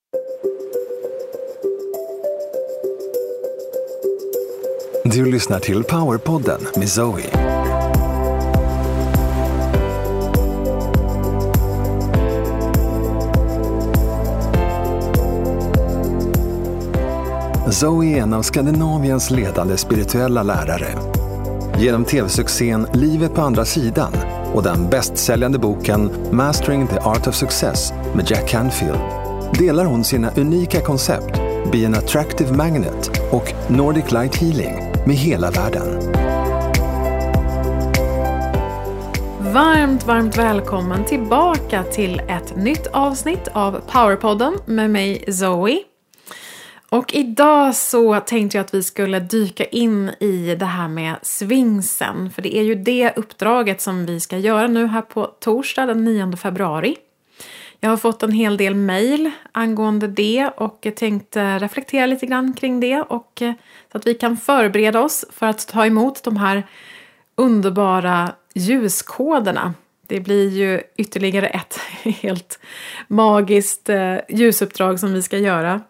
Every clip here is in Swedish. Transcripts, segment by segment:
Du lyssnar till Powerpodden med Zoe. Zoe är en av Skandinaviens ledande spirituella lärare. Genom tv-succén Livet på andra sidan och den bästsäljande boken Mastering the Art of Success med Jack Canfield delar hon sina unika koncept Be an Attractive Magnet och Nordic Light Healing med hela världen. Varmt välkommen tillbaka till ett nytt avsnitt av Powerpodden med mig Zoe. Och idag så tänkte jag att vi skulle dyka in i det här med svingsen. För det är ju det uppdraget som vi ska göra nu här på torsdag den 9 februari. Jag har fått en hel del mejl angående det och jag tänkte reflektera lite grann kring det. Och så att vi kan förbereda oss för att ta emot de här underbara ljuskoderna. Det blir ju ytterligare ett helt magiskt ljusuppdrag som vi ska göra.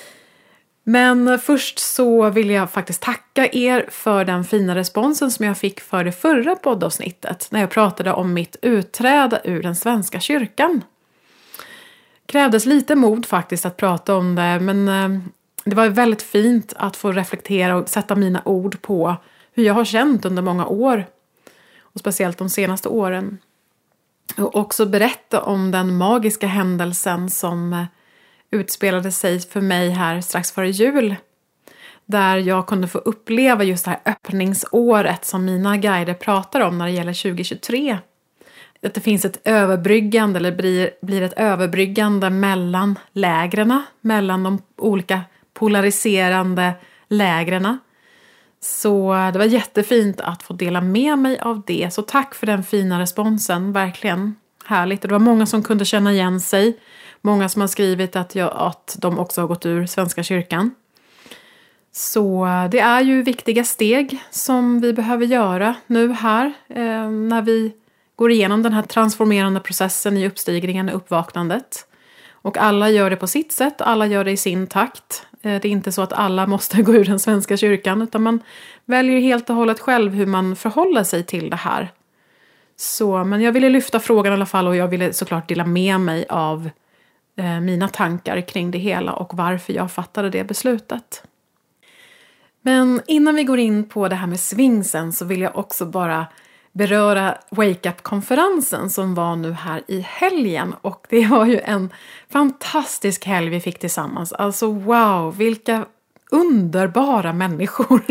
Men först så vill jag faktiskt tacka er för den fina responsen som jag fick för det förra poddavsnittet. När jag pratade om mitt utträde ur den svenska kyrkan. Krävdes lite mod faktiskt att prata om det. Men det var väldigt fint att få reflektera och sätta mina ord på hur jag har känt under många år. Och speciellt de senaste åren. Och också berätta om den magiska händelsen som utspelade sig för mig här strax före jul. Där jag kunde få uppleva just det här öppningsåret som mina guider pratar om när det gäller 2023. Att det finns ett överbryggande eller blir ett överbryggande mellan lägren. Mellan de olika polariserande lägren. Så det var jättefint att få dela med mig av det. Så tack för den fina responsen, verkligen härligt. Och det var många som kunde känna igen sig. Många som har skrivit att de också har gått ur Svenska kyrkan. Så det är ju viktiga steg som vi behöver göra nu här. När vi går igenom den här transformerande processen i uppstigningen och uppvaknandet. Och alla gör det på sitt sätt. Alla gör det i sin takt. Det är inte så att alla måste gå ur den Svenska kyrkan. Utan man väljer helt och hållet själv hur man förhåller sig till det här. Så, men jag ville lyfta frågan i alla fall. Och jag ville såklart dela med mig av mina tankar kring det hela och varför jag fattade det beslutet. Men innan vi går in på det här med svingsen så vill jag också bara beröra Wake Up-konferensen som var nu här i helgen. Och det var ju en fantastisk helg vi fick tillsammans. Alltså wow, vilka underbara människor.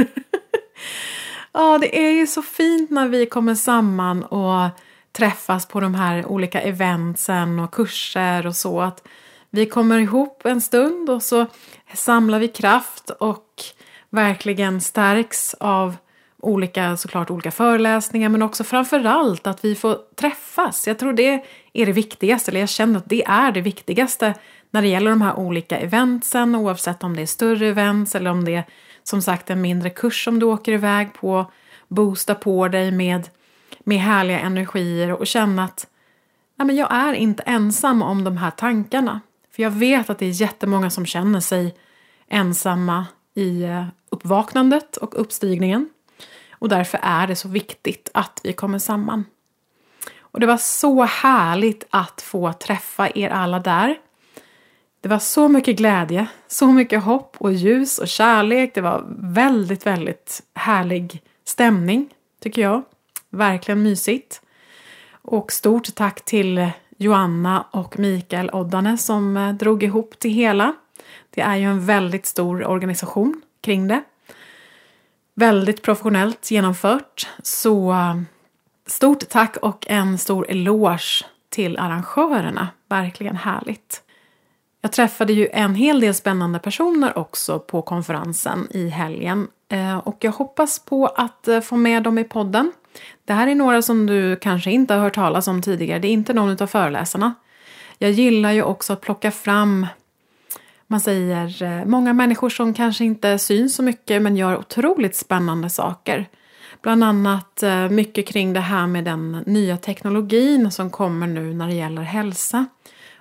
Ja, det är ju så fint när vi kommer samman och träffas på de här olika eventsen och kurser och så. Att vi kommer ihop en stund och så samlar vi kraft och verkligen stärks av olika föreläsningar. Men också framförallt att vi får träffas. Jag tror det är det viktigaste. Eller jag känner att det är det viktigaste när det gäller de här olika eventsen. Oavsett om det är större events eller om det är som sagt en mindre kurs som du åker iväg på. Boosta på dig med härliga energier och känna att jag är inte ensam om de här tankarna. För jag vet att det är jättemånga som känner sig ensamma i uppvaknandet och uppstigningen. Och därför är det så viktigt att vi kommer samman. Och det var så härligt att få träffa er alla där. Det var så mycket glädje, så mycket hopp och ljus och kärlek. Det var väldigt, väldigt härlig stämning tycker jag. Verkligen mysigt. Och stort tack till Joanna och Mikael Oddane som drog ihop det hela. Det är ju en väldigt stor organisation kring det. Väldigt professionellt genomfört. Så stort tack och en stor eloge till arrangörerna. Verkligen härligt. Jag träffade ju en hel del spännande personer också på konferensen i helgen. Och jag hoppas på att få med dem i podden. Det här är några som du kanske inte har hört talas om tidigare. Det är inte någon av föreläsarna. Jag gillar ju också att plocka fram, man säger, många människor som kanske inte syns så mycket men gör otroligt spännande saker. Bland annat mycket kring det här med den nya teknologin som kommer nu när det gäller hälsa.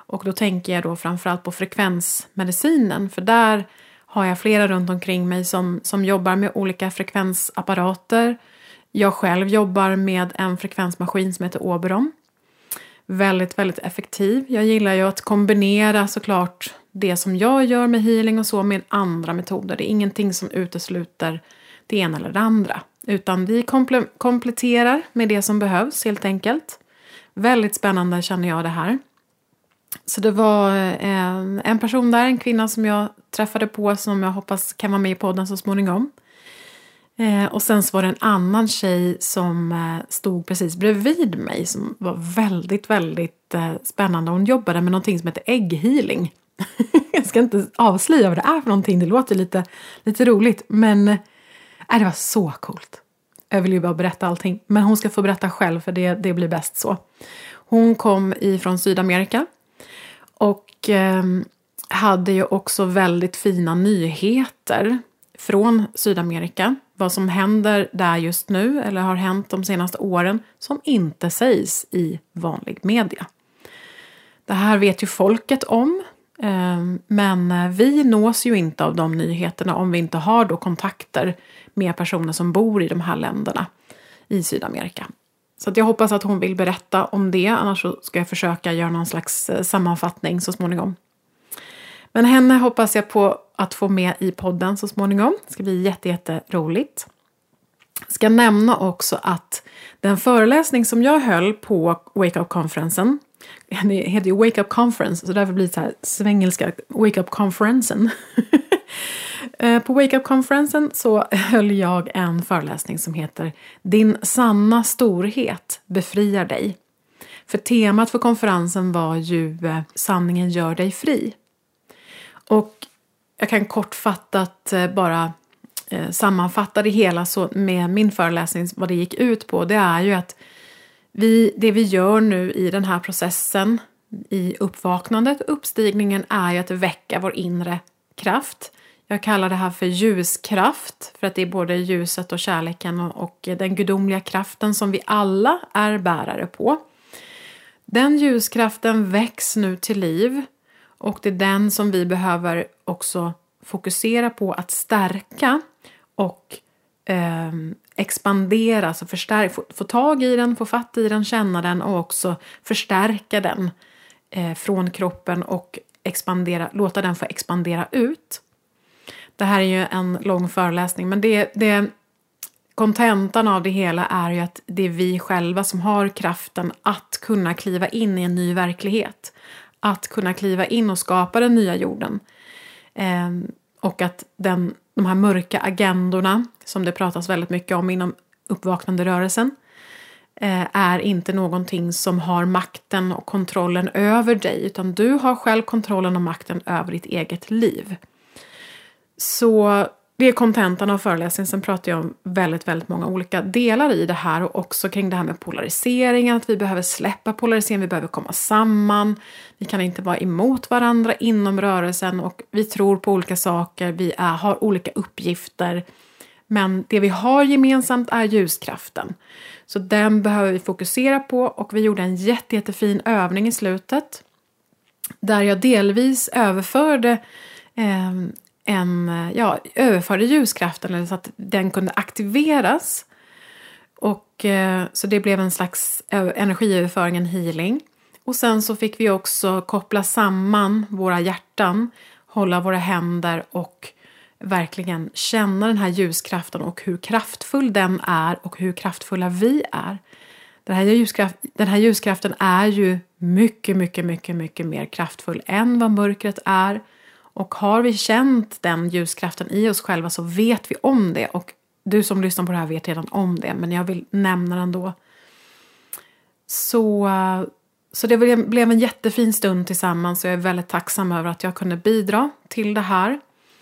Och då tänker jag då framförallt på frekvensmedicinen. För där har jag flera runt omkring mig som jobbar med olika frekvensapparater. Jag själv jobbar med en frekvensmaskin som heter Oberon. Väldigt, väldigt effektiv. Jag gillar ju att kombinera såklart det som jag gör med healing och så med andra metoder. Det är ingenting som utesluter det ena eller det andra. Utan vi kompletterar med det som behövs helt enkelt. Väldigt spännande känner jag det här. Så det var en person där, en kvinna som jag träffade på som jag hoppas kan vara med i podden så småningom. Och sen så var det en annan tjej som stod precis bredvid mig som var väldigt, väldigt spännande. Hon jobbade med någonting som heter ägghealing. Jag ska inte avslöja vad det är för någonting, det låter lite roligt. Men det var så coolt. Jag vill ju bara berätta allting, men hon ska få berätta själv för det blir bäst så. Hon kom ifrån Sydamerika och hade ju också väldigt fina nyheter från Sydamerika. Vad som händer där just nu eller har hänt de senaste åren som inte sägs i vanlig media. Det här vet ju folket om, men vi nås ju inte av de nyheterna om vi inte har då kontakter med personer som bor i de här länderna i Sydamerika. Så att jag hoppas att hon vill berätta om det, annars så ska jag försöka göra någon slags sammanfattning så småningom. Men henne hoppas jag på att få med i podden så småningom. Det ska bli jätteroligt. Jag ska nämna också att den föreläsning som jag höll på Wake Up-konferensen, det heter ju Wake Up-conference, så därför blir det så här svengelska Wake Up-konferensen. På Wake Up-konferensen så höll jag en föreläsning som heter Din sanna storhet befriar dig. För temat för konferensen var ju sanningen gör dig fri. Och jag kan kortfattat bara sammanfatta det hela så med min föreläsning, vad det gick ut på. Det är ju att det vi gör nu i den här processen, i uppvaknandet och uppstigningen, är ju att väcka vår inre kraft. Jag kallar det här för ljuskraft, för att det är både ljuset och kärleken och den gudomliga kraften som vi alla är bärare på. Den ljuskraften väcks nu till liv. Och det är den som vi behöver också fokusera på att stärka och expandera. Alltså få tag i den, få fatt i den, känna den och också förstärka den från kroppen och låta den få expandera ut. Det här är ju en lång föreläsning, men kontentan av det hela är ju att det är vi själva som har kraften att kunna kliva in i en ny verklighet. Att kunna kliva in och skapa den nya jorden. Och att de här mörka agendorna, som det pratas väldigt mycket om inom uppvaknande rörelsen, är inte någonting som har makten och kontrollen över dig. Utan du har själv kontrollen och makten över ditt eget liv. Så det är kontentan av föreläsningen. Sen pratar jag om väldigt, väldigt många olika delar i det här. Och också kring det här med polariseringen. Att vi behöver släppa polariseringen. Vi behöver komma samman. Vi kan inte vara emot varandra inom rörelsen. Och vi tror på olika saker. Vi har olika uppgifter. Men det vi har gemensamt är ljuskraften. Så den behöver vi fokusera på. Och vi gjorde en jättefin övning i slutet. Där jag delvis överförde överförde ljuskraften, eller så att den kunde aktiveras. Och så det blev en slags energiöverföring, en healing. Och sen så fick vi också koppla samman våra hjärtan, hålla våra händer och verkligen känna den här ljuskraften och hur kraftfull den är och hur kraftfulla vi är. Den här ljuskraften är ju mycket, mycket, mycket, mycket mer kraftfull än vad mörkret är. Och har vi känt den ljuskraften i oss själva så vet vi om det. Och du som lyssnar på det här vet redan om det. Men jag vill nämna den då. Så det blev en jättefin stund tillsammans. Och jag är väldigt tacksam över att jag kunde bidra till det här.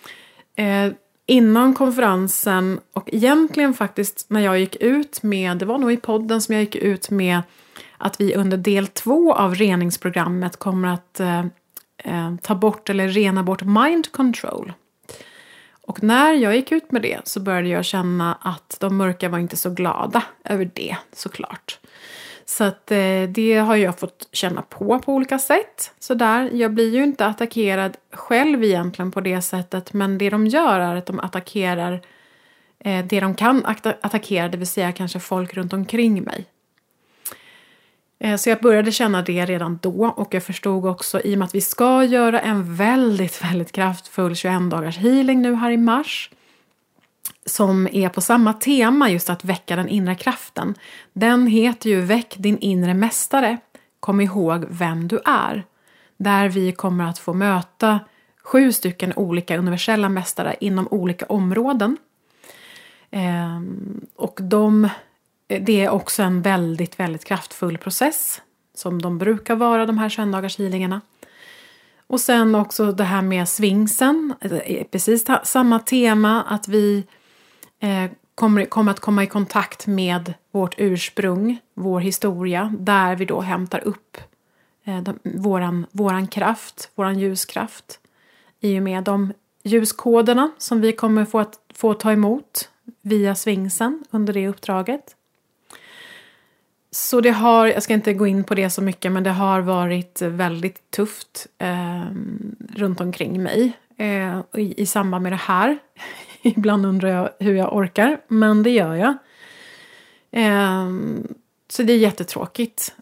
Innan konferensen och egentligen faktiskt när jag gick ut med, det var nog i podden som jag gick ut med att vi under del 2 av reningsprogrammet kommer att ta bort eller rena bort mind control. Och när jag gick ut med det så började jag känna att de mörka var inte så glada över det, såklart. Så att det har jag fått känna på olika sätt. Så där. Jag blir ju inte attackerad själv egentligen på det sättet. Men det de gör är att de attackerar det de kan attackera. Det vill säga kanske folk runt omkring mig. Så jag började känna det redan då. Och jag förstod också i och med att vi ska göra en väldigt, väldigt kraftfull 21-dagars healing nu här i mars. Som är på samma tema, just att väcka den inre kraften. Den heter ju Väck din inre mästare. Kom ihåg vem du är. Där vi kommer att få möta 7 stycken olika universella mästare inom olika områden. Och det är också en väldigt, väldigt kraftfull process. Som de brukar vara, de här 21-dagars healingarna. Och sen också det här med svingsen. Precis samma tema, att vi kommer att komma i kontakt med vårt ursprung, vår historia, där vi då hämtar upp våran kraft, våran ljuskraft, i och med de ljuskoderna som vi kommer få ta emot via svingsen under det uppdraget. Så jag ska inte gå in på det så mycket, men det har varit väldigt tufft runt omkring mig i samband med det här. Ibland undrar jag hur jag orkar, men det gör jag. Så det är jättetråkigt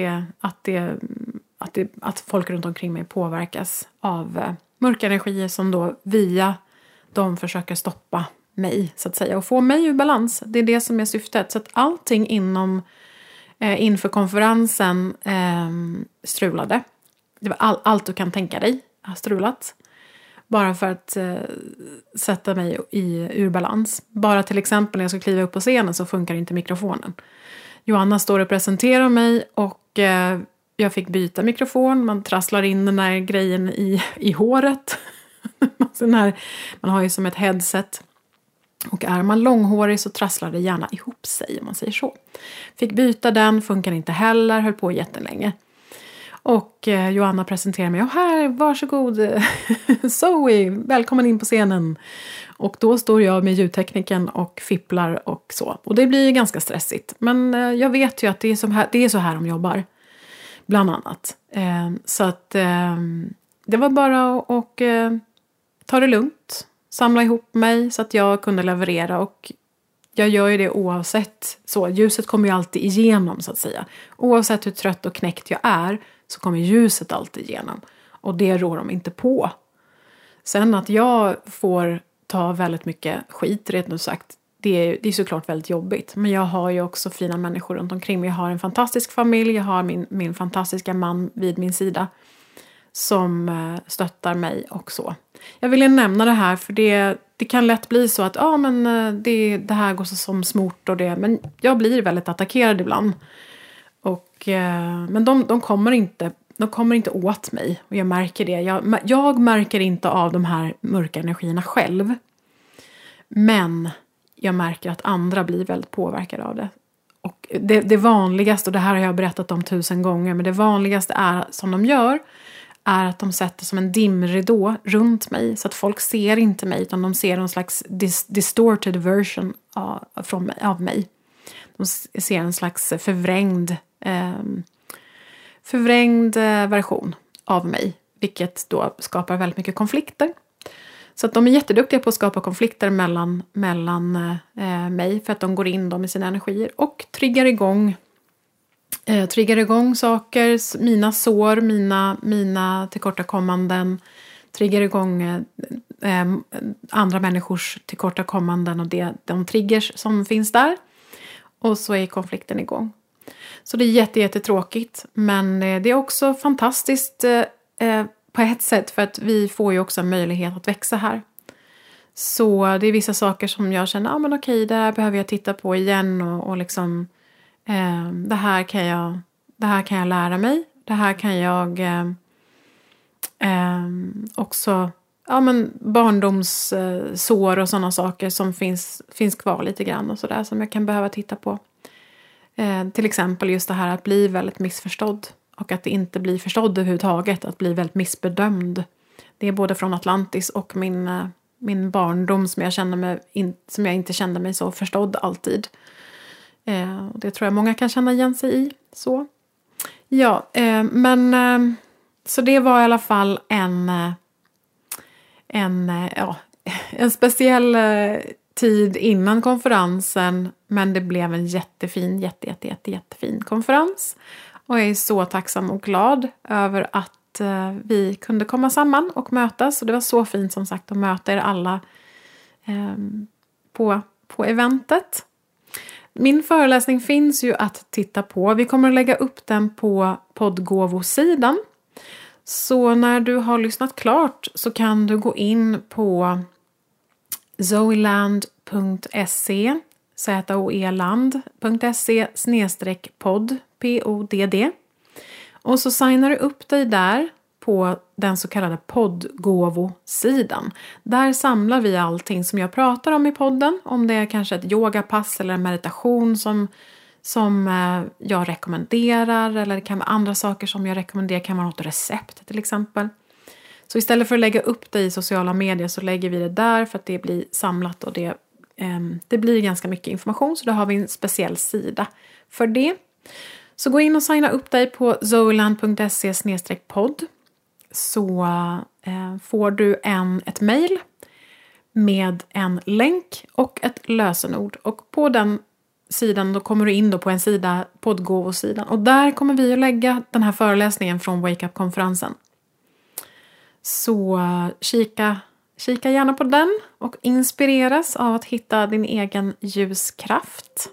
att folk runt omkring mig påverkas av mörka energier som då via dem försöker stoppa mig, så att säga, och få mig ur balans. Det är det som är syftet. Så att allting inför konferensen strulade. Det var allt du kan tänka dig har strulat. Bara för att sätta mig ur balans. Bara till exempel när jag ska kliva upp på scenen så funkar inte mikrofonen. Joanna står och presenterar mig och jag fick byta mikrofon. Man trasslar in den där grejen i håret. Man har ju som ett headset. Och är man långhårig så trasslar det gärna ihop sig, om man säger så. Fick byta den, funkar inte heller, höll på jättelänge. Och Joanna presenterar mig. Och här, varsågod Zoe, välkommen in på scenen. Och då står jag med ljudtekniken och fipplar och så. Och det blir ganska stressigt. Men jag vet ju att det är så här de jobbar. Bland annat. Så att det var bara att ta det lugnt. Samla ihop mig så att jag kunde leverera. Och jag gör ju det oavsett. Så ljuset kommer ju alltid igenom, så att säga. Oavsett hur trött och knäckt jag är så kommer ljuset alltid igenom. Och det rår de inte på. Sen att jag får ta väldigt mycket skit, rätt nu sagt. Det är såklart väldigt jobbigt. Men jag har ju också fina människor runt omkring mig. Jag har en fantastisk familj. Jag har min fantastiska man vid min sida. Som stöttar mig och så. Jag vill nämna det här för det kan lätt bli så att det här går så som smort och det. Men jag blir väldigt attackerad ibland. Men de kommer inte åt mig. Och jag märker det. Jag märker inte av de här mörka energierna själv. Men jag märker att andra blir väldigt påverkade av det. Och det vanligaste, och det här har jag berättat om 1000 gånger. Men det vanligaste som de gör är att de sätter som en dimridå runt mig. Så att folk ser inte mig, utan de ser någon slags distorted version av mig. De ser en slags förvrängd version av mig. Vilket då skapar väldigt mycket konflikter. Så att de är jätteduktiga på att skapa konflikter mellan mig. För att de går in med sina energier. Och triggar igång saker. Mina sår, mina tillkortakommanden. Triggar igång andra människors tillkortakommanden. Och de triggers som finns där. Och så är konflikten igång. Så det är jättetråkigt. Men det är också fantastiskt på ett sätt. För att vi får ju också en möjlighet att växa här. Så det är vissa saker som jag känner. Men okej, det här behöver jag titta på igen. Och liksom. Det här kan jag lära mig. Det här kan jag också. Barndomssår och sådana saker som finns kvar lite grann. Och sådär som jag kan behöva titta på. Till exempel just det här att bli väldigt missförstådd. Och att inte bli förstådd överhuvudtaget. Att bli väldigt missbedömd. Det är både från Atlantis och min barndom som jag inte kände mig så förstådd alltid. Och det tror jag många kan känna igen sig i. Så, ja, så det var i alla fall en speciell tid innan konferensen. Men det blev en jättefin konferens. Och jag är så tacksam och glad över att vi kunde komma samman och mötas. Och det var så fint som sagt att möta er alla på eventet. Min föreläsning finns ju att titta på. Vi kommer att lägga upp den på poddgåvosidan. Så när du har lyssnat klart så kan du gå in på zoeland.se zoeland.se/podd PODD. Och så signar du upp dig där på den så kallade poddgåvosidan. Där samlar vi allting som jag pratar om i podden. Om det är kanske ett yogapass eller en meditation som jag rekommenderar. Eller det kan vara andra saker som jag rekommenderar. Det kan vara något recept till exempel. Så istället för att lägga upp det i sociala medier så lägger vi det där för att det blir samlat. Och det blir ganska mycket information. Så då har vi en speciell sida för det. Så gå in och signa upp dig på zoeland.se/podd. Så får du ett mejl med en länk och ett lösenord. Och på den sidan då kommer du in då på en sida, poddgåvosidan. Och där kommer vi att lägga den här föreläsningen från Wake Up-konferensen. Så kika gärna på den och inspireras av att hitta din egen ljuskraft.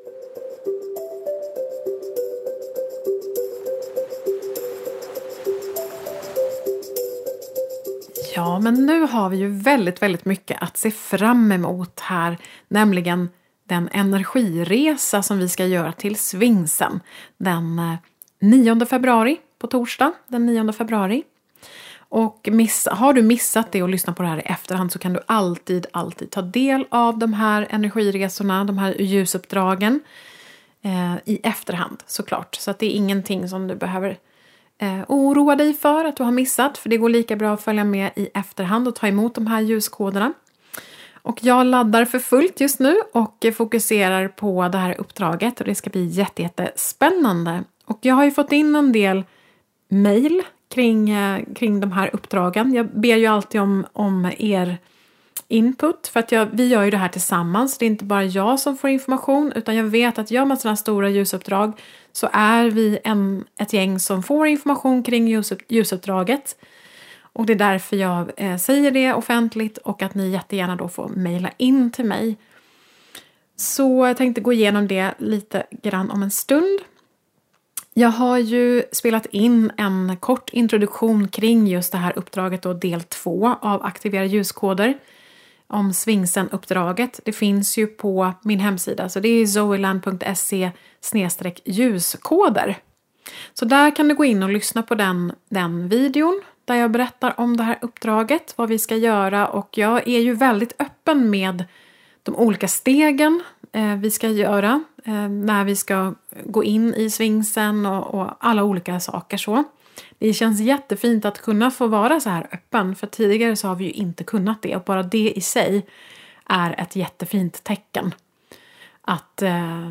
Ja, men nu har vi ju väldigt mycket att se fram emot här. Nämligen den energiresa som vi ska göra till Svingsen den 9 februari på torsdag. Den 9 februari. Och har du missat det och lyssnat på det här i efterhand så kan du alltid ta del av de här energiresorna, de här ljusuppdragen i efterhand såklart. Så att det är ingenting som du behöver oroa dig för att du har missat. För det går lika bra att följa med i efterhand och ta emot de här ljuskoderna. Och jag laddar för fullt just nu och fokuserar på det här uppdraget. Och det ska bli jättespännande. Och jag har ju fått in en del mejl kring de här uppdragen. Jag ber ju alltid om er input. För att vi gör ju det här tillsammans. Det är inte bara jag som får information. Utan jag vet att gör man sådana stora ljusuppdrag så är vi ett gäng som får information kring ljusuppdraget. Och det är därför jag säger det offentligt och att ni jättegärna då får mejla in till mig. Så jag tänkte gå igenom det lite grann om en stund. Jag har ju spelat in en kort introduktion kring just det här uppdraget och del 2 av Aktivera ljuskoder om Svingsen-uppdraget. Det finns ju på min hemsida så det är zoeland.se/ljuskoder. Så där kan du gå in och lyssna på den videon där jag berättar om det här uppdraget, vad vi ska göra och jag är ju väldigt öppen med de olika stegen vi ska göra när vi ska gå in i Svingsen och alla olika saker så. Det känns jättefint att kunna få vara så här öppen för tidigare så har vi ju inte kunnat det och bara det i sig är ett jättefint tecken att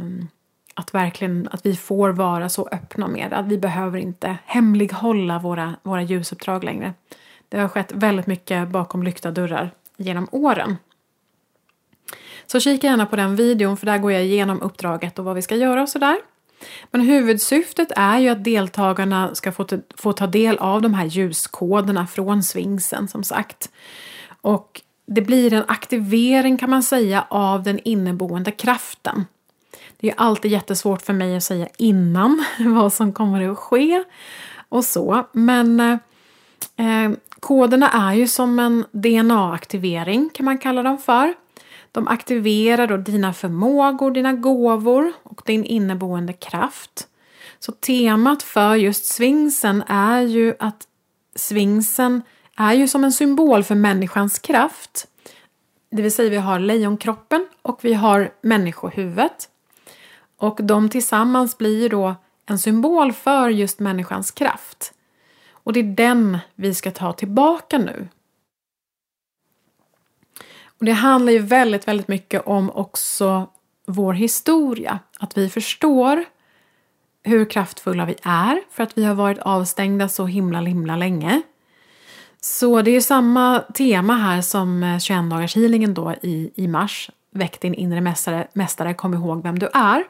vi får vara så öppna med att vi behöver inte hemlighålla våra ljusuppdrag längre. Det har skett väldigt mycket bakom lyckta dörrar genom åren. Så kika gärna på den videon för där går jag igenom uppdraget och vad vi ska göra och sådär. Men huvudsyftet är ju att deltagarna ska få ta del av de här ljuskoderna från Svingsen som sagt. Och det blir en aktivering kan man säga av den inneboende kraften. Det är alltid jättesvårt för mig att säga innan vad som kommer att ske och så. Men koderna är ju som en DNA-aktivering kan man kalla dem för. De aktiverar då dina förmågor, dina gåvor och din inneboende kraft. Så temat för just Svingsen är ju att Svingsen är ju som en symbol för människans kraft. Det vill säga vi har lejonkroppen och vi har människohuvudet. Och de tillsammans blir då en symbol för just människans kraft. Och det är den vi ska ta tillbaka nu. Och det handlar ju väldigt mycket om också vår historia. Att vi förstår hur kraftfulla vi är för att vi har varit avstängda så himla länge. Så det är samma tema här som 21-dagars healingen då i mars. Väck din inre mästare, kom ihåg vem du är.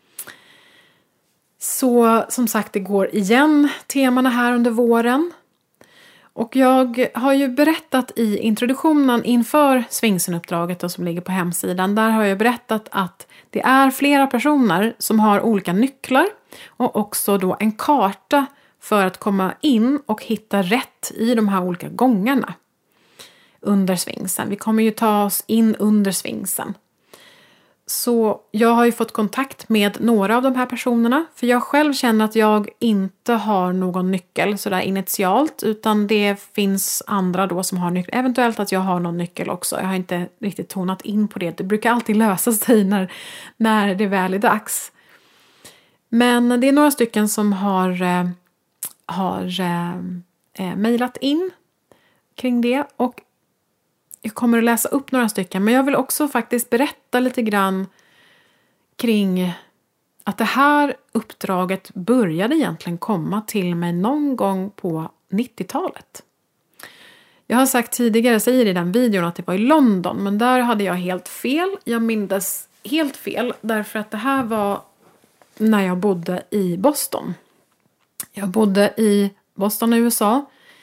Så som sagt, det går igen temana här under våren. Och jag har ju berättat i introduktionen inför Svingsen-uppdraget som ligger på hemsidan. Där har jag berättat att det är flera personer som har olika nycklar. Och också då en karta för att komma in och hitta rätt i de här olika gångarna. Under svingsen. Vi kommer ju ta oss in under svingsen. Så jag har ju fått kontakt med några av de här personerna. För jag själv känner att jag inte har någon nyckel sådär initialt. Utan det finns andra då som har nyckel. Eventuellt att jag har någon nyckel också. Jag har inte riktigt tonat in på det. Det brukar alltid lösa sig när det väl är dags. Men det är några stycken som har mejlat in kring det. Och jag kommer att läsa upp några stycken. Men jag vill också faktiskt berätta lite grann kring att det här uppdraget började egentligen komma till mig någon gång på 90-talet. Jag har sagt tidigare, säger i den videon att det var i London. Men där hade jag helt fel. Jag mindes helt fel. Därför att det här var när jag bodde i Boston. Jag bodde i Boston, USA.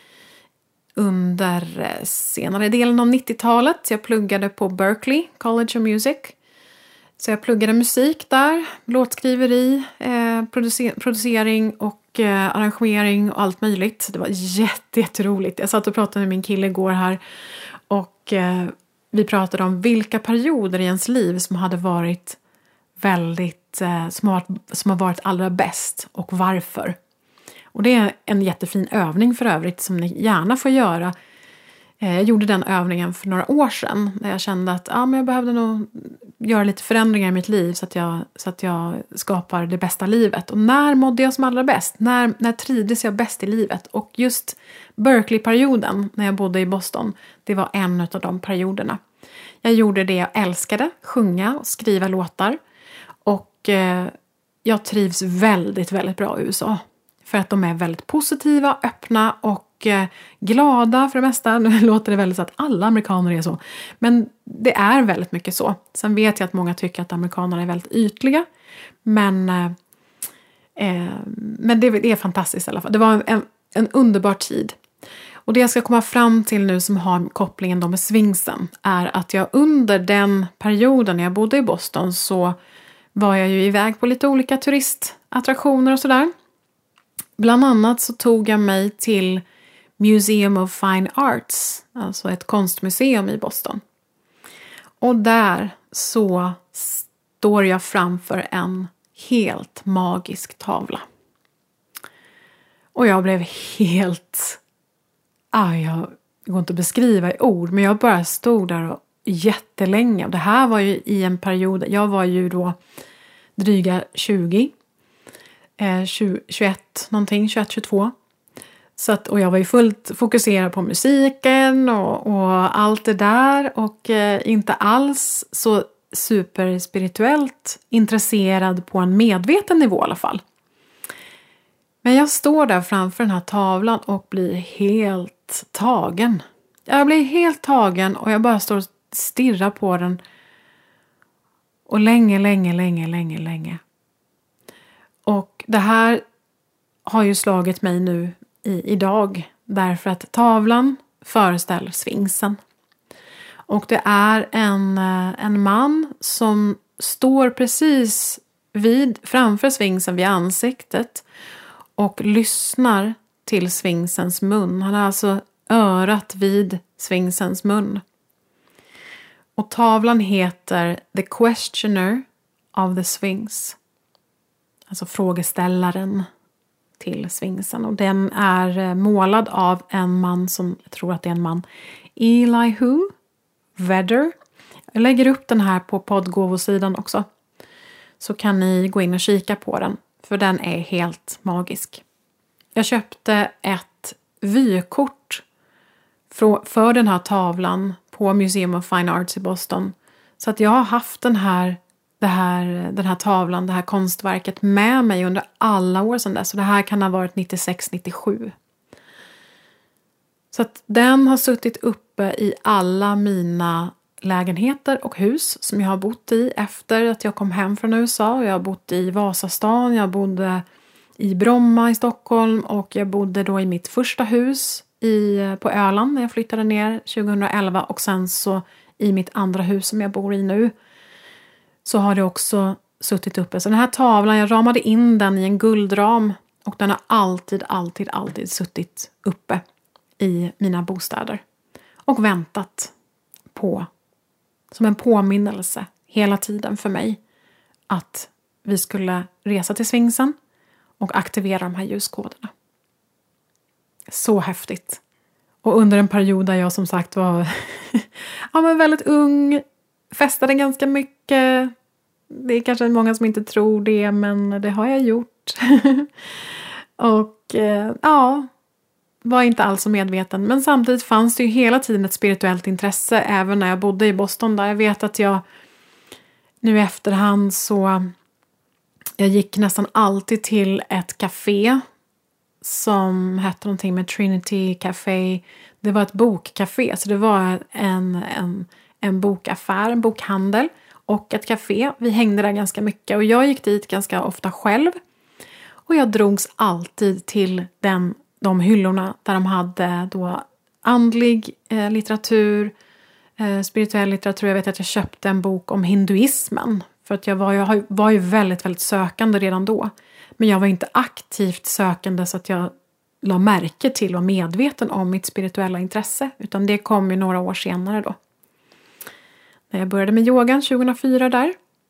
Under senare delen av 90-talet. Jag pluggade på Berkeley College of Music. Så jag pluggade musik där. Låtskriveri, producering och arrangering och allt möjligt. Det var jätteroligt. Jag satt och pratade med min kille igår här. Och vi pratade om vilka perioder i ens liv som hade varit väldigt, som har varit allra bäst. Och varför. Och det är en jättefin övning för övrigt som ni gärna får göra. Jag gjorde den övningen för några år sedan. Där jag kände att men jag behövde nog göra lite förändringar i mitt liv. Så att jag skapar det bästa livet. Och när mådde jag som allra bäst? När trivdes jag bäst i livet? Och just Berkeley-perioden när jag bodde i Boston. Det var en av de perioderna. Jag gjorde det jag älskade. Sjunga och skriva låtar. Och jag trivs väldigt, väldigt bra i USA. För att de är väldigt positiva, öppna och glada för det mesta. Nu låter det väldigt så att alla amerikaner är så. Men det är väldigt mycket så. Sen vet jag att många tycker att amerikaner är väldigt ytliga. Men det är fantastiskt i alla fall. Det var en underbar tid. Och det jag ska komma fram till nu som har kopplingen då med svingsen. Är att jag under den perioden när jag bodde i Boston så var jag ju iväg på lite olika turistattraktioner och sådär. Bland annat så tog jag mig till Museum of Fine Arts, alltså ett konstmuseum i Boston. Och där så står jag framför en helt magisk tavla. Och jag blev helt... jag går inte att beskriva i ord, men jag bara stod där och jättelänge. Och det här var ju i en period, jag var ju då dryga 20. 21 någonting, 21-22. Så att, och jag var ju fullt fokuserad på musiken och allt det där. Och inte alls så superspirituellt intresserad på en medveten nivå i alla fall. Men jag står där framför den här tavlan och blir helt tagen. Jag blir helt tagen och jag bara står och stirrar på den. Och länge. Och det här har ju slagit mig nu idag. Därför att tavlan föreställer svingsen. Och det är en man som står precis framför svingsen vid ansiktet. Och lyssnar till svingsens mun. Han har alltså örat vid svingsens mun. Och tavlan heter The Questioner of the Sphinx. Alltså frågeställaren till svingsen. Och den är målad av en man som, jag tror att det är en man, Elihu Vedder. Jag lägger upp den här på poddgåvosidan också. Så kan ni gå in och kika på den. För den är helt magisk. Jag köpte ett vykort för den här tavlan på Museum of Fine Arts i Boston. Så att jag har haft den här den här tavlan, det här konstverket med mig under alla år sedan dess. Så det här kan ha varit 96-97. Så att den har suttit uppe i alla mina lägenheter och hus som jag har bott i efter att jag kom hem från USA. Jag har bott i Vasastan, jag bodde i Bromma i Stockholm och jag bodde då i mitt första hus på Öland när jag flyttade ner 2011. Och sen så i mitt andra hus som jag bor i nu så har det också suttit uppe. Så den här tavlan, jag ramade in den i en guldram och den har alltid suttit uppe i mina bostäder. Och väntat på, som en påminnelse hela tiden för mig, att vi skulle resa till Sfinksen och aktivera de här ljuskoderna. Så häftigt. Och under en period där jag som sagt var men väldigt ung, festade ganska mycket. Det är kanske många som inte tror det, men det har jag gjort. Och var inte alls så medveten. Men samtidigt fanns det ju hela tiden ett spirituellt intresse även när jag bodde i Boston. Där jag vet att jag nu i efterhand så jag gick nästan alltid till ett café som hette någonting med Trinity Café. Det var ett bokcafé, så det var en bokaffär, en bokhandel och ett café. Vi hängde där ganska mycket och jag gick dit ganska ofta själv. Och jag drogs alltid till de hyllorna där de hade då andlig litteratur, spirituell litteratur. Jag vet att jag köpte en bok om hinduismen. För att jag var ju väldigt, väldigt sökande redan då. Men jag var inte aktivt sökande så att jag la märke till och medveten om mitt spirituella intresse. Utan det kom ju några år senare då. När jag började med yogan 2004 där.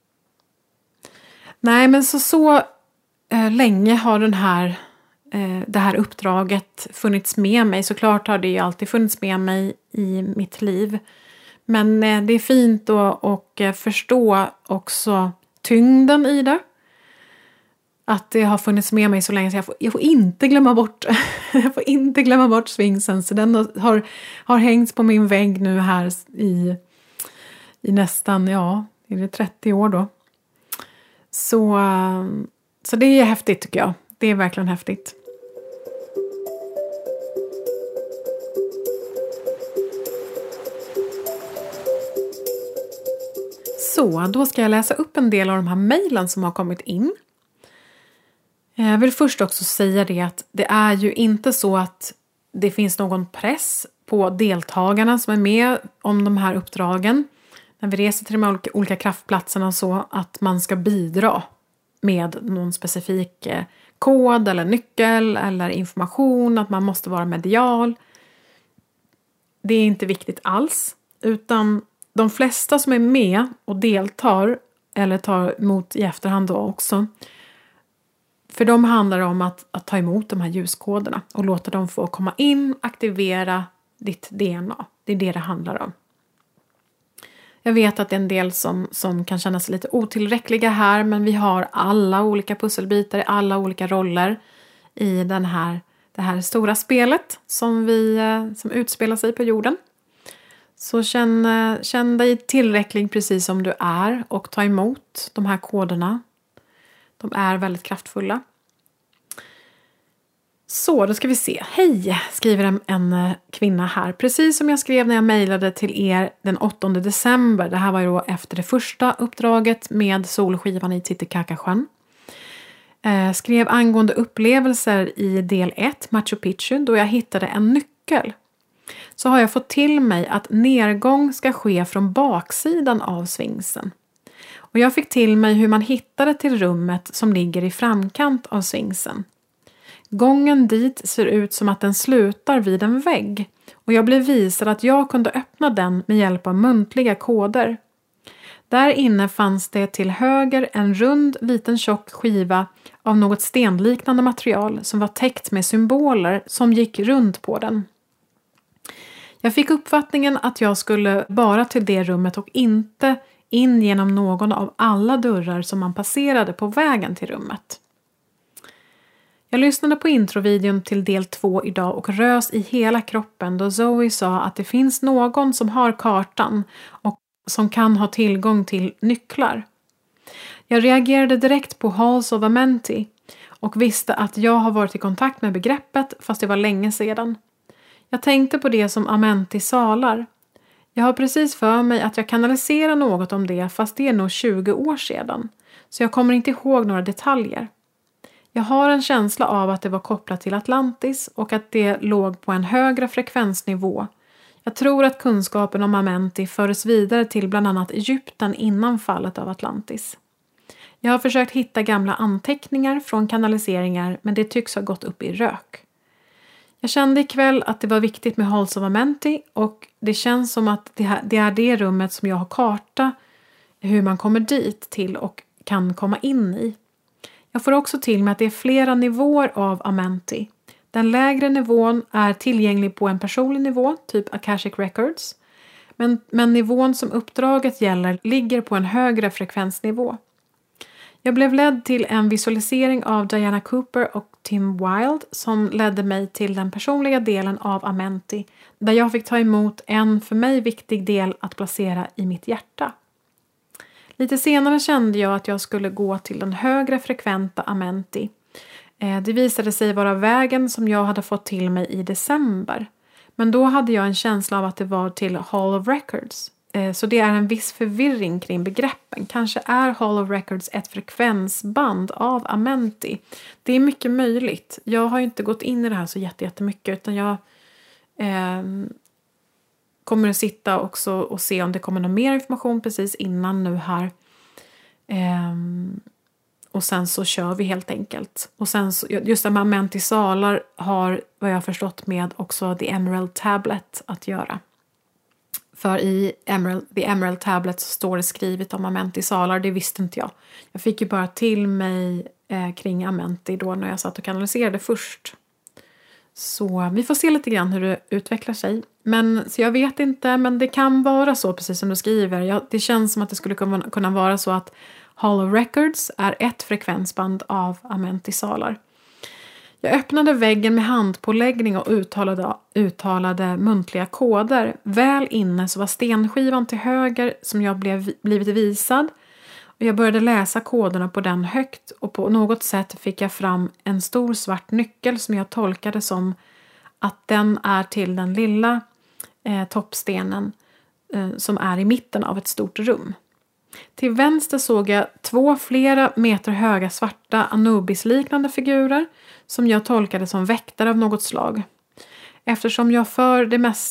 Nej, men så länge har det här uppdraget funnits med mig. Såklart har det ju alltid funnits med mig i mitt liv. Men det är fint att förstå också tyngden i det. Att det har funnits med mig så länge så jag får inte glömma bort. Jag får inte glömma bort Sfinksen. Så den har hängts på min vägg nu här i nästan, är det 30 år då. Så det är häftigt tycker jag. Det är verkligen häftigt. Så, då ska jag läsa upp en del av de här mejlen som har kommit in. Jag vill först också säga det att det är ju inte så att det finns någon press på deltagarna som är med om de här uppdragen. När vi reser till de här olika kraftplatserna så att man ska bidra med någon specifik kod eller nyckel eller information, att man måste vara medial. Det är inte viktigt alls, utan de flesta som är med och deltar eller tar emot i efterhand då också, för dem handlar det om att ta emot de här ljuskoderna och låta dem få komma in, aktivera ditt DNA. Det är det handlar om. Jag vet att det är en del som kan känna sig lite otillräckliga här, men vi har alla olika pusselbitar i alla olika roller i det här stora spelet som utspelar sig på jorden. Så känn dig tillräcklig precis som du är och ta emot de här koderna. De är väldigt kraftfulla. Så, då ska vi se. Hej, skriver en kvinna här. Precis som jag skrev när jag mejlade till er den 8 december. Det här var ju då efter det första uppdraget med solskivan i Titicacasjön. Skrev angående upplevelser i del 1, Machu Picchu, då jag hittade en nyckel. Så har jag fått till mig att nedgång ska ske från baksidan av Sfinksen. Och jag fick till mig hur man hittade till rummet som ligger i framkant av Sfinksen. Gången dit ser ut som att den slutar vid en vägg. Och jag blev visad att jag kunde öppna den med hjälp av muntliga koder. Där inne fanns det till höger en rund liten tjock skiva av något stenliknande material som var täckt med symboler som gick runt på den. Jag fick uppfattningen att jag skulle bara till det rummet och inte in genom någon av alla dörrar som man passerade på vägen till rummet. Jag lyssnade på introvideon till del 2 idag och rös i hela kroppen då Zoe sa att det finns någon som har kartan och som kan ha tillgång till nycklar. Jag reagerade direkt på Halls of Amenti och visste att jag har varit i kontakt med begreppet fast det var länge sedan. Jag tänkte på det som Amenti-salar. Jag har precis för mig att jag kanaliserar något om det fast det är nog 20 år sedan. Så jag kommer inte ihåg några detaljer. Jag har en känsla av att det var kopplat till Atlantis och att det låg på en högre frekvensnivå. Jag tror att kunskapen om Amenti fördes vidare till bland annat Egypten innan fallet av Atlantis. Jag har försökt hitta gamla anteckningar från kanaliseringar men det tycks ha gått upp i rök. Jag kände ikväll att det var viktigt med Halls of Amenti och det känns som att det är det rummet som jag har karta hur man kommer dit till och kan komma in i. Jag får också till mig att det är flera nivåer av Amenti. Den lägre nivån är tillgänglig på en personlig nivå, typ Akashic Records. Men nivån som uppdraget gäller ligger på en högre frekvensnivå. Jag blev ledd till en visualisering av Diana Cooper och Tim Wilde som ledde mig till den personliga delen av Amenti, där jag fick ta emot en för mig viktig del att placera i mitt hjärta. Lite senare kände jag att jag skulle gå till den högre frekventa Amenti. Det visade sig vara vägen som jag hade fått till mig i december. Men då hade jag en känsla av att det var till Hall of Records. Så det är en viss förvirring kring begreppen. Kanske är Hall of Records ett frekvensband av Amenti. Det är mycket möjligt. Jag har inte gått in i det här så jättemycket utan jag kommer att sitta också och se om det kommer någon mer information precis innan nu här. Och sen så kör vi helt enkelt. Och sen så, just det med Amenti-salar har vad jag har förstått med också The Emerald Tablet att göra. För i The Emerald Tablet så står det skrivet om Amenti-salar, det visste inte jag. Jag fick ju bara till mig kring Amenti då när jag satt och kanaliserade först. Så vi får se lite grann hur det utvecklar sig. Så jag vet inte, men det kan vara så precis som du skriver. Det känns som att det skulle kunna vara så att Hall of Records är ett frekvensband av Amenti-salar. Jag öppnade väggen med handpåläggning och uttalade muntliga koder. Väl inne så var stenskivan till höger som jag blivit visad. Och jag började läsa koderna på den högt och på något sätt fick jag fram en stor svart nyckel som jag tolkade som att den är till den lilla toppstenen som är i mitten av ett stort rum. Till vänster såg jag 2 flera meter höga svarta Anubis-liknande figurer som jag tolkade som väktare av något slag. Eftersom jag för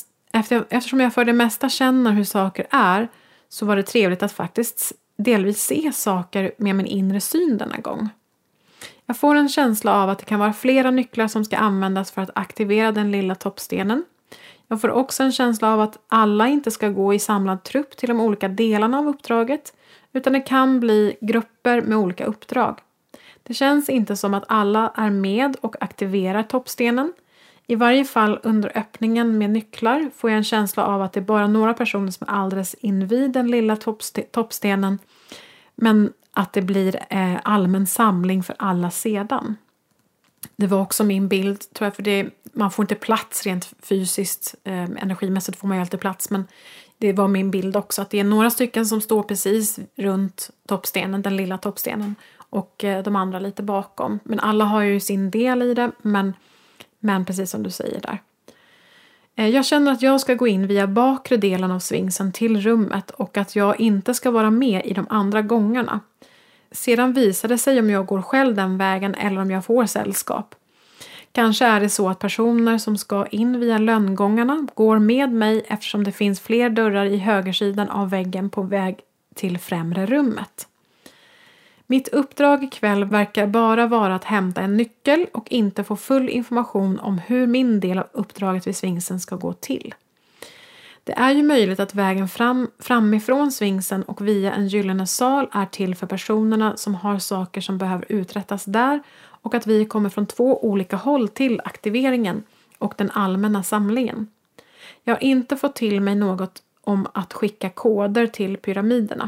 det mesta känner hur saker är så var det trevligt att faktiskt delvis se saker med min inre syn denna gång. Jag får en känsla av att det kan vara flera nycklar som ska användas för att aktivera den lilla toppstenen. Jag får också en känsla av att alla inte ska gå i samlad trupp till de olika delarna av uppdraget, utan det kan bli grupper med olika uppdrag. Det känns inte som att alla är med och aktiverar toppstenen. I varje fall under öppningen med nycklar får jag en känsla av att det är bara några personer som är alldeles invid den lilla toppstenen, men att det blir allmän samling för alla sedan. Det var också min bild, tror jag, för man får inte plats rent fysiskt, energimässigt får man ju alltid plats, men det var min bild också att det är några stycken som står precis runt toppstenen, den lilla toppstenen, och de andra lite bakom. Men alla har ju sin del i det, men precis som du säger där. Jag känner att jag ska gå in via bakre delen av svingsen till rummet och att jag inte ska vara med i de andra gångarna. Sedan visar det sig om jag går själv den vägen eller om jag får sällskap. Kanske är det så att personer som ska in via lönngångarna går med mig eftersom det finns fler dörrar i högersidan av väggen på väg till främre rummet. Mitt uppdrag ikväll verkar bara vara att hämta en nyckel och inte få full information om hur min del av uppdraget vid svingsen ska gå till. Det är ju möjligt att vägen framifrån svingsen och via en gyllene sal är till för personerna som har saker som behöver uträttas där och att vi kommer från 2 olika håll till aktiveringen och den allmänna samlingen. Jag har inte fått till mig något om att skicka koder till pyramiderna.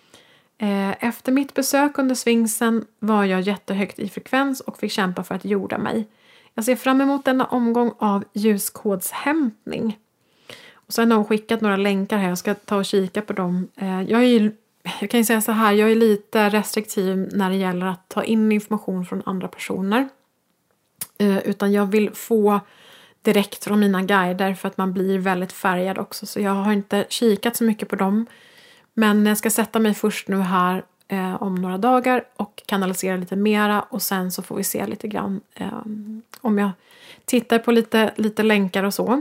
Efter mitt besök under svingsen var jag jättehögt i frekvens och fick kämpa för att jorda mig. Jag ser fram emot denna omgång av ljuskodshämtning. Och sen har hon skickat några länkar här. Jag ska ta och kika på dem. Jag är ju jag kan ju säga så här, jag är lite restriktiv när det gäller att ta in information från andra personer. Utan jag vill få direkt från mina guider för att man blir väldigt färgad också. Så jag har inte kikat så mycket på dem. Men jag ska sätta mig först nu här om några dagar och kanalisera lite mera. Och sen så får vi se lite grann om jag tittar på lite länkar och så.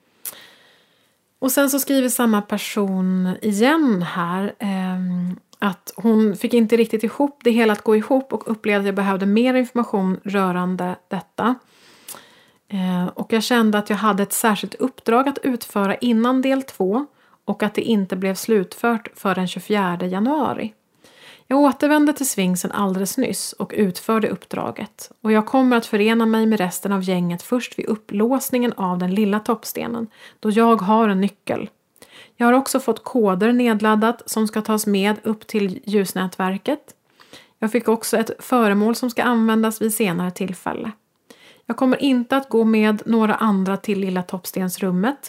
Och sen så skriver samma person igen här att hon fick inte riktigt ihop det hela att gå ihop och upplevde att jag behövde mer information rörande detta. Och jag kände att jag hade ett särskilt uppdrag att utföra innan del 2 och att det inte blev slutfört för den 24 januari. Jag återvände till Sfinksen alldeles nyss och utförde uppdraget. Och jag kommer att förena mig med resten av gänget först vid upplåsningen av den lilla toppstenen, då jag har en nyckel. Jag har också fått koder nedladdat som ska tas med upp till ljusnätverket. Jag fick också ett föremål som ska användas vid senare tillfälle. Jag kommer inte att gå med några andra till lilla toppstensrummet.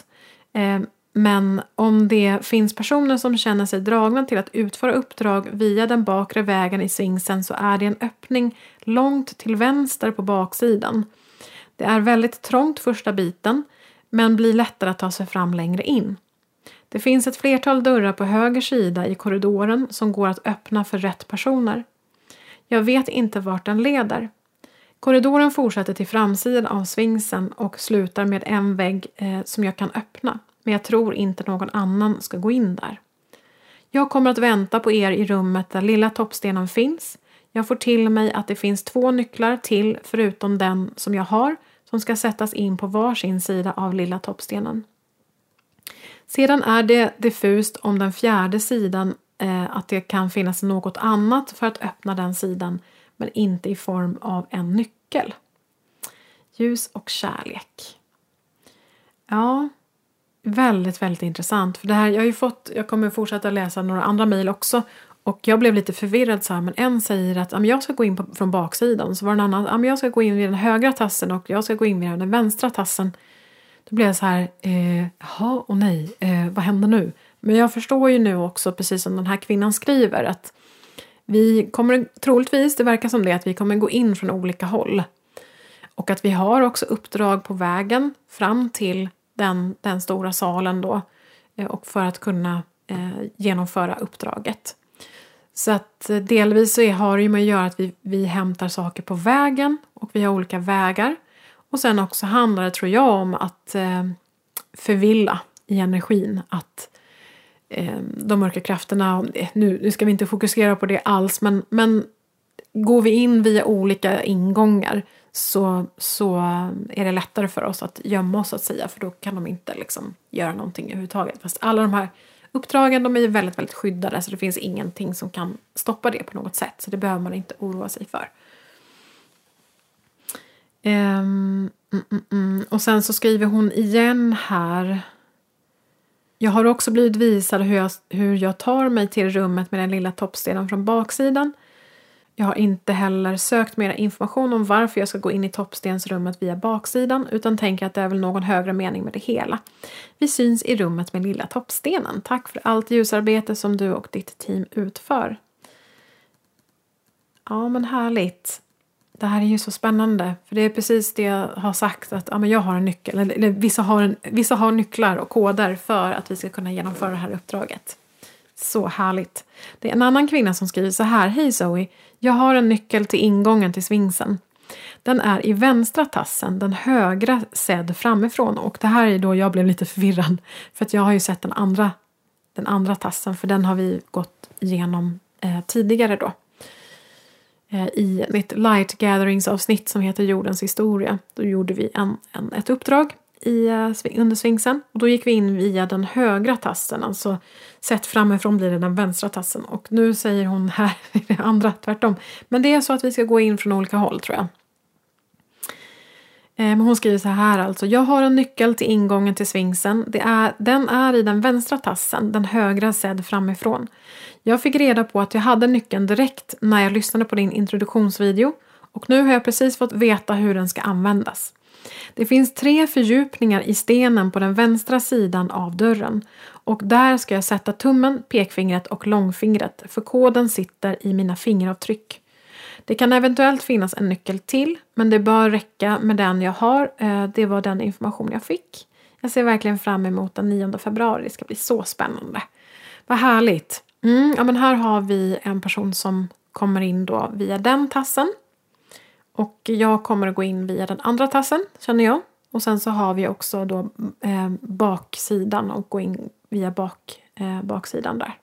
Men om det finns personer som känner sig dragna till att utföra uppdrag via den bakre vägen i Sfinksen så är det en öppning långt till vänster på baksidan. Det är väldigt trångt första biten men blir lättare att ta sig fram längre in. Det finns ett flertal dörrar på höger sida i korridoren som går att öppna för rätt personer. Jag vet inte vart den leder. Korridoren fortsätter till framsidan av Sfinksen och slutar med en vägg som jag kan öppna. Men jag tror inte någon annan ska gå in där. Jag kommer att vänta på er i rummet där lilla toppstenen finns. Jag får till mig att det finns 2 nycklar till förutom den som jag har som ska sättas in på varsin sida av lilla toppstenen. Sedan är det diffust om den 4:e sidan att det kan finnas något annat för att öppna den sidan men inte i form av en nyckel. Ljus och kärlek. Ja, väldigt, väldigt intressant. För det här, jag kommer fortsätta läsa några andra mejl också. Och jag blev lite förvirrad så här. Men en säger att jag ska gå in från baksidan. Så var en annan, jag ska gå in vid den högra tassen och jag ska gå in vid den vänstra tassen. Då blev jag så här, jaha och nej, vad händer nu? Men jag förstår ju nu också, precis som den här kvinnan skriver, att vi kommer troligtvis, det verkar som det, att vi kommer gå in från olika håll. Och att vi har också uppdrag på vägen fram till den stora salen då. Och för att kunna genomföra uppdraget. Så att delvis så har det ju med att göra att vi hämtar saker på vägen. Och vi har olika vägar. Och sen också handlar det, tror jag, om att förvilla i energin. Att de mörka krafterna, nu ska vi inte fokusera på det alls. Men går vi in via olika ingångar så är det lättare för oss att gömma oss, att säga. För då kan de inte liksom göra någonting överhuvudtaget. Fast alla de här uppdragen, de är ju väldigt, väldigt skyddade. Så det finns ingenting som kan stoppa det på något sätt. Så det behöver man inte oroa sig för. Och sen så skriver hon igen här. Jag har också blivit visad hur jag tar mig till rummet med den lilla toppstenen från baksidan. Jag har inte heller sökt mer information om varför jag ska gå in i toppstensrummet via baksidan, utan tänker att det är väl någon högre mening med det hela. Vi syns i rummet med lilla toppstenen. Tack för allt ljusarbete som du och ditt team utför. Ja, men härligt. Det här är ju så spännande. För det är precis det jag har sagt, att jag har en nyckel. Eller vissa har nycklar och koder för att vi ska kunna genomföra det här uppdraget. Så härligt. Det är en annan kvinna som skriver så här. Hej Zoe, jag har en nyckel till ingången till Sfinksen. Den är i vänstra tassen, den högra sedd framifrån. Och det här är då jag blev lite förvirrad. För att jag har ju sett den andra tassen. För den har vi gått igenom tidigare då. I mitt Light Gatherings avsnitt som heter Jordens historia. Då gjorde vi ett uppdrag under Sfinksen. Och då gick vi in via den högra tassen. Alltså sett framifrån blir det den vänstra tassen. Och nu säger hon här det andra tvärtom. Men det är så att vi ska gå in från olika håll, tror jag. Men hon skriver så här alltså. Jag har en nyckel till ingången till Sfinksen. Den är i den vänstra tassen. Den högra sedd framifrån. Jag fick reda på att jag hade nyckeln direkt när jag lyssnade på din introduktionsvideo. Och nu har jag precis fått veta hur den ska användas. Det finns 3 fördjupningar i stenen på den vänstra sidan av dörren. Och där ska jag sätta tummen, pekfingret och långfingret. För koden sitter i mina fingeravtryck. Det kan eventuellt finnas en nyckel till. Men det bör räcka med den jag har. Det var den information jag fick. Jag ser verkligen fram emot den 9 februari. Det ska bli så spännande. Vad härligt. Ja, men här har vi en person som kommer in då via den tassen. Och jag kommer att gå in via den andra tassen, känner jag. Och sen så har vi också då baksidan och gå in via baksidan där.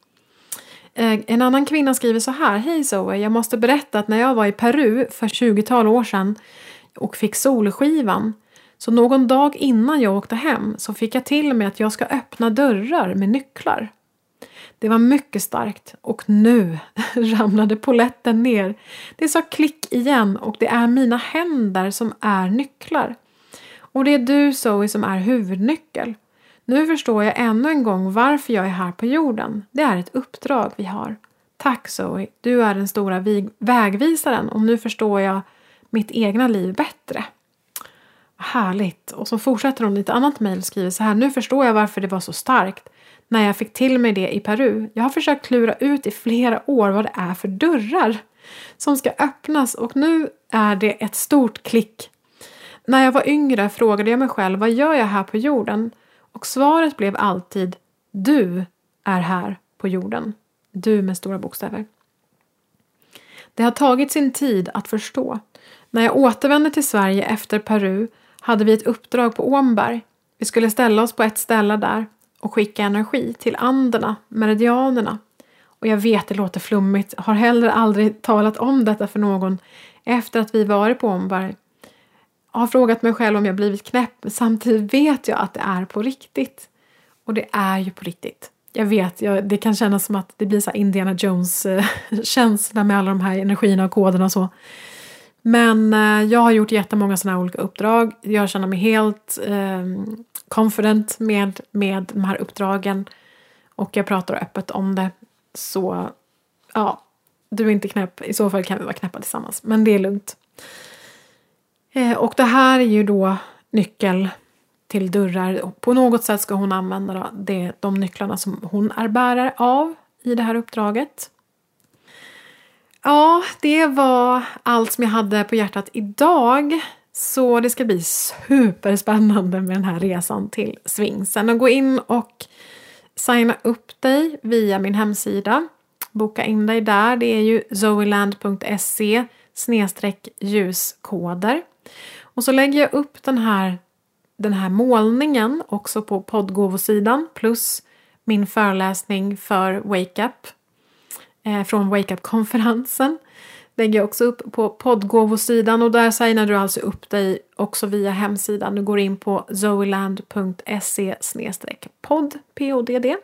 En annan kvinna skriver så här. Hej Zoe, jag måste berätta att när jag var i Peru för 20-tal år sedan och fick solskivan. Så någon dag innan jag åkte hem så fick jag till mig att jag ska öppna dörrar med nycklar. Det var mycket starkt och nu ramlade poletten ner. Det sa klick igen och det är mina händer som är nycklar. Och det är du Zoe som är huvudnyckel. Nu förstår jag ännu en gång varför jag är här på jorden. Det är ett uppdrag vi har. Tack Zoe, du är den stora vägvisaren och nu förstår jag mitt egna liv bättre. Härligt. Och så fortsätter hon lite annat mejl och skriver så här. Nu förstår jag varför det var så starkt när jag fick till mig det i Peru. Jag har försökt klura ut i flera år vad det är för dörrar som ska öppnas och nu är det ett stort klick. När jag var yngre frågade jag mig själv, vad gör jag här på jorden? Och svaret blev alltid, du är här på jorden. Du med stora bokstäver. Det har tagit sin tid att förstå. När jag återvände till Sverige efter Peru hade vi ett uppdrag på Åmberg. Vi skulle ställa oss på ett ställe där och skicka energi till anderna, meridianerna. Och jag vet, det låter flummigt. Har heller aldrig talat om detta för någon efter att vi varit på Åmberg. Jag har frågat mig själv om jag blivit knäpp. Samtidigt vet jag att det är på riktigt. Och det är ju på riktigt. Jag vet, det kan kännas som att det blir så här Indiana Jones-känsla med alla de här energierna och koderna och så. Men jag har gjort jättemånga sådana här olika uppdrag. Jag känner mig helt confident med de här uppdragen. Och jag pratar öppet om det. Så ja, du är inte knäpp. I så fall kan vi vara knäppa tillsammans. Men det är lugnt. Och det här är ju då nyckel till dörrar. Och på något sätt ska hon använda de nycklarna som hon är bärare av i det här uppdraget. Ja, det var allt som jag hade på hjärtat idag. Så det ska bli superspännande med den här resan till Svingsen. Och gå in och signa upp dig via min hemsida. Boka in dig där. Det är ju zoeland.se/ljuskoder. Och så lägger jag upp den här målningen också på poddgåvosidan. Plus min föreläsning för Wake Up. Från Wake Up-konferensen. Lägger jag också upp på poddgåvosidan. Och där signar du alltså upp dig också via hemsidan. Du går in på zoeland.se/podd. P-O-D-D.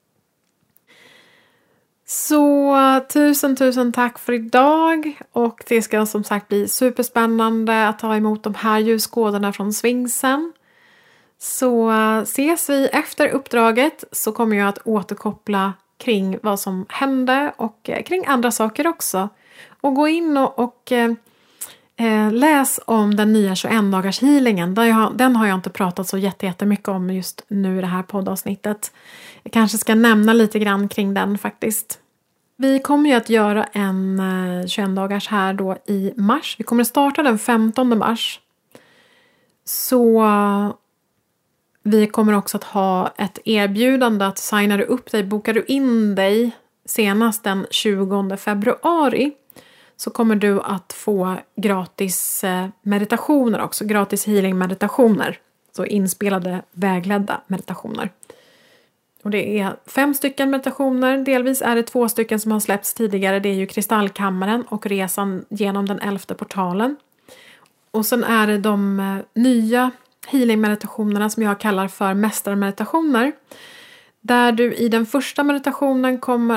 Så tusen tack för idag. Och det ska som sagt bli superspännande att ta emot de här ljuskoderna från Svingsen. Så ses vi efter uppdraget, så kommer jag att återkoppla kring vad som hände och kring andra saker också. Och gå in och läs om den nya 21-dagars healingen. Den har jag inte pratat så jättemycket om just nu i det här poddavsnittet. Jag kanske ska nämna lite grann kring den faktiskt. Vi kommer ju att göra en 21-dagars här då i mars. Vi kommer att starta den 15 mars. Så vi kommer också att ha ett erbjudande att signa upp dig. Bokar du in dig senast den 20 februari så kommer du att få gratis meditationer också. Gratis healing-meditationer. Så inspelade, vägledda meditationer. Och det är 5 stycken meditationer. Delvis är det 2 stycken som har släppts tidigare. Det är ju Kristallkammaren och resan genom den 11:e portalen. Och sen är det de nya healing-meditationerna som jag kallar för mästarmeditationer. Där du i den första meditationen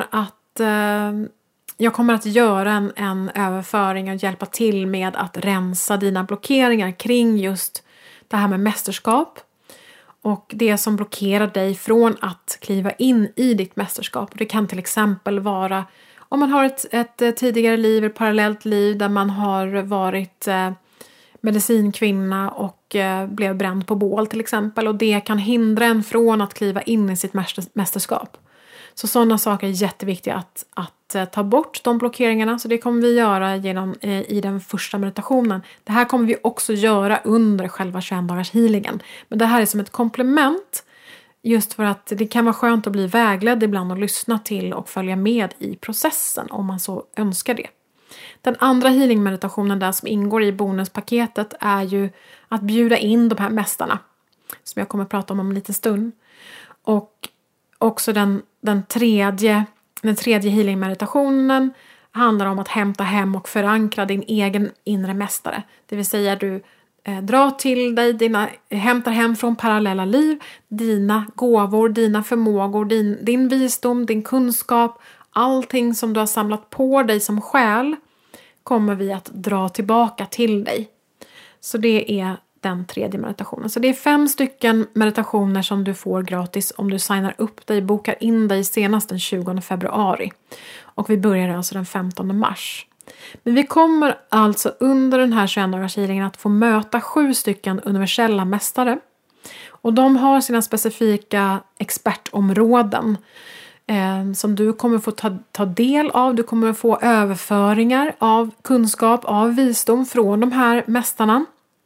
jag kommer att göra en överföring och hjälpa till med att rensa dina blockeringar kring just det här med mästerskap. Och det som blockerar dig från att kliva in i ditt mästerskap. Det kan till exempel vara om man har ett tidigare liv, ett parallellt liv där man har varit medicinkvinna och blev bränd på bål till exempel. Och det kan hindra en från att kliva in i sitt mästerskap. Så sådana saker är jätteviktiga att ta bort de blockeringarna. Så det kommer vi göra i den första meditationen. Det här kommer vi också göra under själva 21-dagars healingen. Men det här är som ett komplement. Just för att det kan vara skönt att bli vägledd ibland och lyssna till och följa med i processen om man så önskar det. Den andra healing-meditationen där som ingår i bonuspaketet är ju att bjuda in de här mästarna. Som jag kommer att prata om en liten stund. Och också den tredje healing-meditationen handlar om att hämta hem och förankra din egen inre mästare. Det vill säga du drar till dig, hämtar hem från parallella liv, dina gåvor, dina förmågor, din visdom, din kunskap, allting som du har samlat på dig som själ kommer vi att dra tillbaka till dig. Så det är den tredje meditationen. Så det är 5 stycken meditationer som du får gratis om du signar upp dig, bokar in dig senast den 20 februari. Och vi börjar alltså den 15 mars. Men vi kommer alltså under den här 21-dagars healingen att få möta 7 stycken universella mästare. Och de har sina specifika expertområden som du kommer få ta del av. Du kommer få överföringar av kunskap, av visdom från de här mästarna.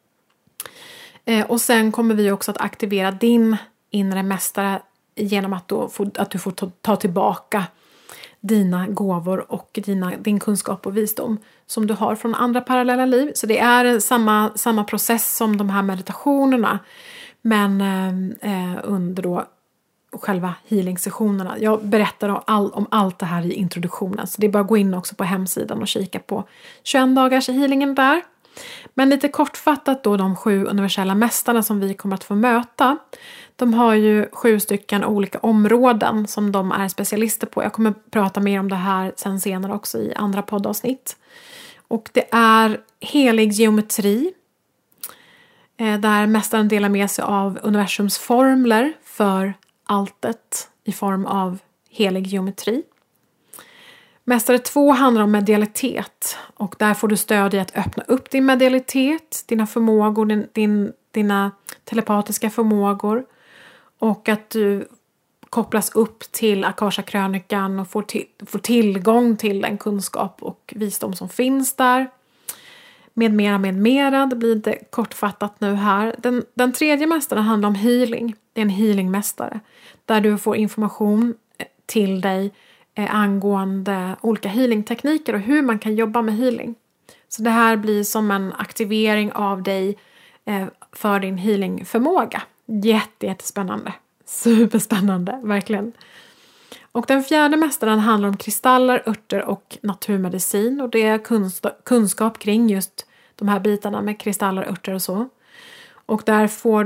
Och sen kommer vi också att aktivera din inre mästare genom att du får ta tillbaka dina gåvor och din kunskap och visdom som du har från andra parallella liv. Så det är samma process som de här meditationerna, men under då själva healing-sessionerna. Jag berättar om allt det här i introduktionen, så det är bara att gå in också på hemsidan och kika på 21 dagars healingen där. Men lite kortfattat då, de 7 universella mästarna som vi kommer att få möta. De har ju 7 stycken olika områden som de är specialister på. Jag kommer prata mer om det här sen senare också i andra poddavsnitt. Och det är helig geometri. Där mästaren delar med sig av universums formler för alltet i form av helig geometri. Mästare 2 handlar om medialitet, och där får du stöd i att öppna upp din medialitet, dina förmågor, dina telepatiska förmågor, och att du kopplas upp till Akasha-krönikan och får tillgång till den kunskap och visdom som finns där. Med mera. Det blir lite kortfattat nu här. Den tredje mästaren handlar om healing. Det är en healingmästare där du får information till dig angående olika healingtekniker och hur man kan jobba med healing. Så det här blir som en aktivering av dig för din healingförmåga. Jättespännande. Superspännande, verkligen. Och den fjärde mästaren handlar om kristaller, örter och naturmedicin. Och det är kunskap kring just de här bitarna med kristaller, örter och så. Och där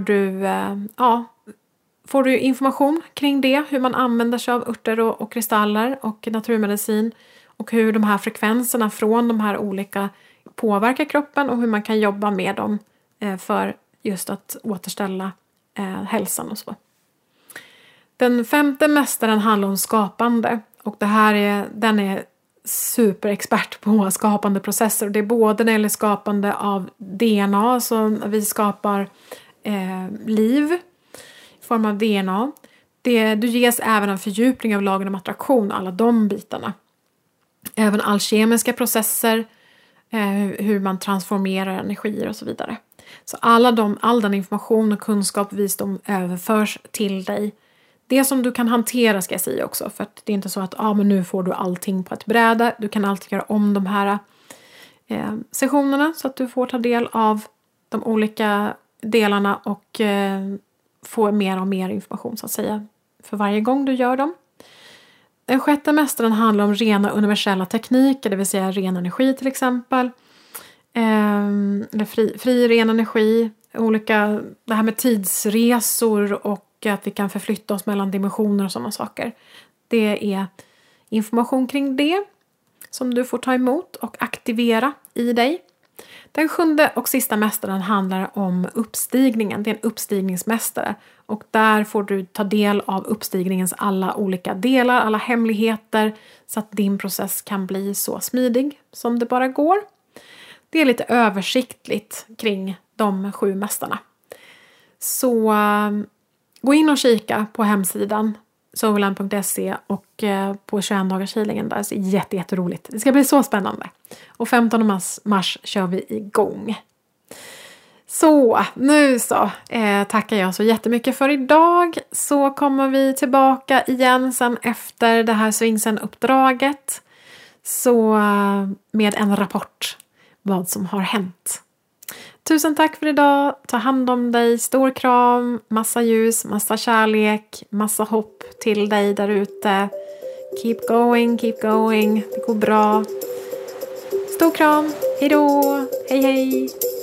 får du information kring det. Hur man använder sig av örter och kristaller och naturmedicin. Och hur de här frekvenserna från de här olika påverkar kroppen. Och hur man kan jobba med dem för just att återställa hälsan och så. Den femte mästaren handlar om skapande. Och den är superexpert på skapande processer. Och det är både när det gäller skapande av DNA. Så vi skapar liv i form av DNA. Du ges även en fördjupning av lagen om attraktion. Alla de bitarna. Även alkemiska processer. Hur man transformerar energier och så vidare. Så all den information och kunskap och visdom överförs till dig. Det som du kan hantera ska jag säga också. För att det är inte så att men nu får du allting på ett bräde. Du kan alltid göra om de här sessionerna. Så att du får ta del av de olika delarna. Och få mer och mer information så att säga. För varje gång du gör dem. Den sjätte mästaren handlar om rena universella tekniker. Det vill säga ren energi till exempel. Eller fri ren energi. Det här med tidsresor och att vi kan förflytta oss mellan dimensioner och sådana saker. Det är information kring det som du får ta emot och aktivera i dig. Den sjunde och sista mästaren handlar om uppstigningen. Det är en uppstigningsmästare. Och där får du ta del av uppstigningens alla olika delar, alla hemligheter. Så att din process kan bli så smidig som det bara går. det är lite översiktligt kring de 7 mästarna. Så gå in och kika på hemsidan zoeland.se och på 21-dagarshealingen där. Det är jätteroligt. Det ska bli så spännande. Och 15 mars kör vi igång. Så, nu så tackar jag så jättemycket för idag. Så kommer vi tillbaka igen sen efter det här Svingsen-uppdraget. Så med en rapport vad som har hänt. Tusen tack för idag. Ta hand om dig. Stor kram. Massa ljus. Massa kärlek. Massa hopp till dig där ute. Keep going. Keep going. Det går bra. Stor kram. Hej då. Hej hej.